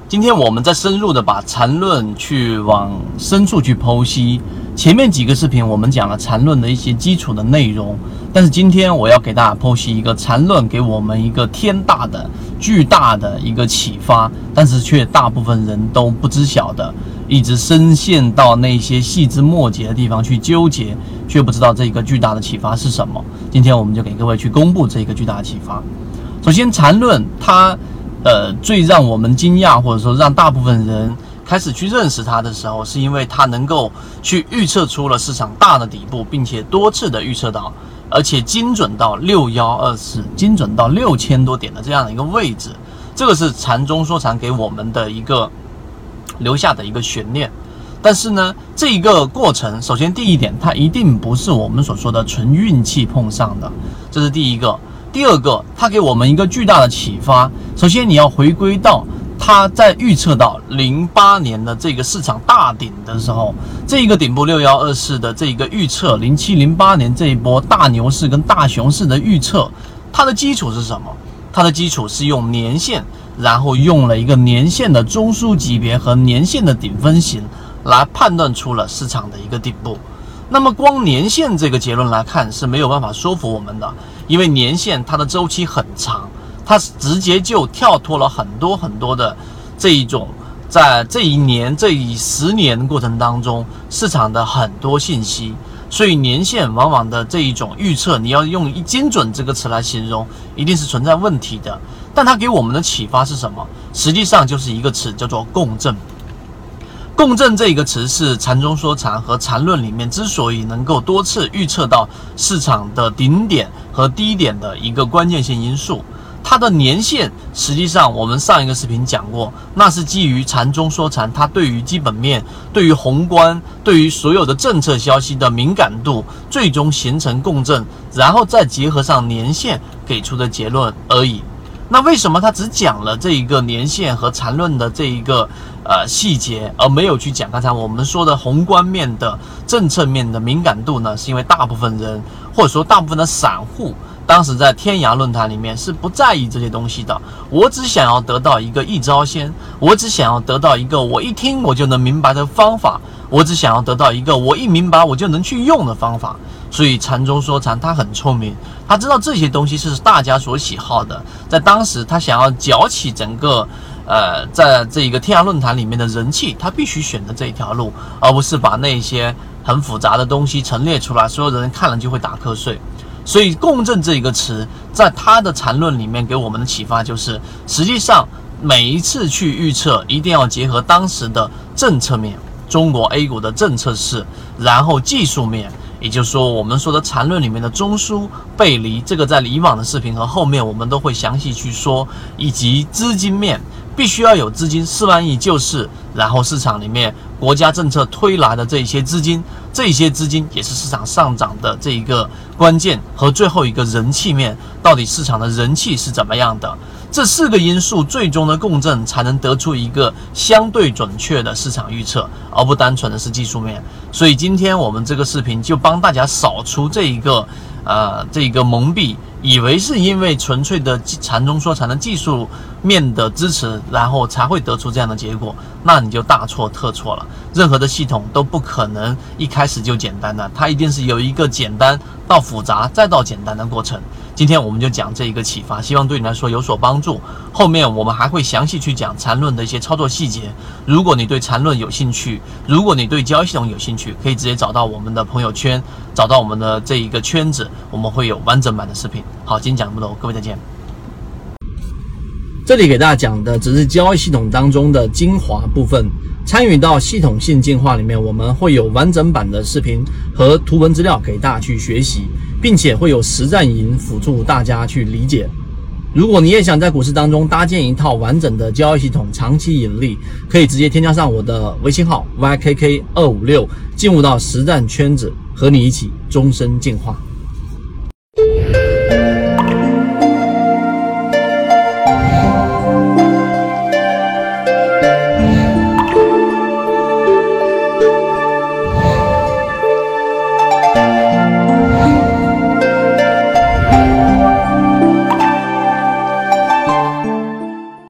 今天我们再深入的把缠论去往深处去剖析。前面几个视频我们讲了缠论的一些基础的内容，但是今天我要给大家剖析一个缠论给我们一个天大的、巨大的一个启发，但是却大部分人都不知晓的，一直深陷到那些细枝末节的地方去纠结，却不知道这个巨大的启发是什么。今天我们就给各位去公布这个巨大的启发。首先，缠论它最让我们惊讶，或者说让大部分人开始去认识它的时候，是因为它能够去预测出了市场大的底部，并且多次的预测到，而且精准到6124，精准到6000多点的这样的一个位置。这个是缠中说禅给我们的一个留下的一个悬念。但是呢，这一个过程，首先第一点，它一定不是我们所说的纯运气碰上的，这是第一个。第二个，它给我们一个巨大的启发。首先，你要回归到它在预测到08年的这个市场大顶的时候，这一个顶部6124的这一个预测，07、08年这一波大牛市跟大熊市的预测，它的基础是什么？它的基础是用年线，然后用了一个年线的中枢级别和年线的顶分型来判断出了市场的一个顶部。那么光年线这个结论来看是没有办法说服我们的，因为年线它的周期很长，它直接就跳脱了很多的这一种在这一年这一10年过程当中市场的很多信息，所以年线往往的这一种预测，你要用精准这个词来形容，一定是存在问题的。但它给我们的启发是什么？实际上就是一个词，叫做共振。共振这个词是缠中说禅和缠论里面之所以能够多次预测到市场的顶点和低点的一个关键性因素。它的年限实际上我们上一个视频讲过，那是基于缠中说禅它对于基本面、对于宏观、对于所有的政策消息的敏感度，最终形成共振，然后再结合上年限给出的结论而已。那为什么他只讲了这一个年限和缠论的这一个细节，而没有去讲刚才我们说的宏观面的政策面的敏感度呢？是因为大部分人或者说大部分的散户当时在天涯论坛里面是不在意这些东西的。我只想要得到一个一招鲜，我只想要得到一个我一听我就能明白的方法，我只想要得到一个我一明白我就能去用的方法。所以缠中说禅他很聪明，他知道这些东西是大家所喜好的，在当时他想要搅起整个在这一个天涯论坛里面的人气，他必须选择这一条路，而不是把那些很复杂的东西陈列出来，所有的人看了就会打瞌睡。所以共振这一个词在他的缠论里面给我们的启发就是，实际上每一次去预测一定要结合当时的政策面，中国 A 股的政策市，然后技术面，也就是说我们说的缠论里面的中枢背离，这个在以往的视频和后面我们都会详细去说，以及资金面必须要有资金4万亿救市，然后市场里面国家政策推来的这些资金，这些资金也是市场上涨的这一个关键，和最后一个人气面，到底市场的人气是怎么样的，这4个因素最终的共振才能得出一个相对准确的市场预测，而不单纯的是技术面。所以今天我们这个视频就帮大家扫除这一个蒙蔽，以为是因为纯粹的缠中说禅的技术面的支持，然后才会得出这样的结果，那你就大错特错了。任何的系统都不可能一开始就简单的，它一定是有一个简单到复杂再到简单的过程。今天我们就讲这一个启发，希望对你来说有所帮助。后面我们还会详细去讲缠论的一些操作细节。如果你对缠论有兴趣，如果你对交易系统有兴趣，可以直接找到我们的朋友圈，找到我们的这一个圈子，我们会有完整版的视频。好，今天讲这么多，各位再见。这里给大家讲的只是交易系统当中的精华部分，参与到系统性进化里面，我们会有完整版的视频和图文资料给大家去学习，并且会有实战营辅助大家去理解。如果你也想在股市当中搭建一套完整的交易系统，长期盈利，可以直接添加上我的微信号 YKK256，进入到实战圈子，和你一起终身进化。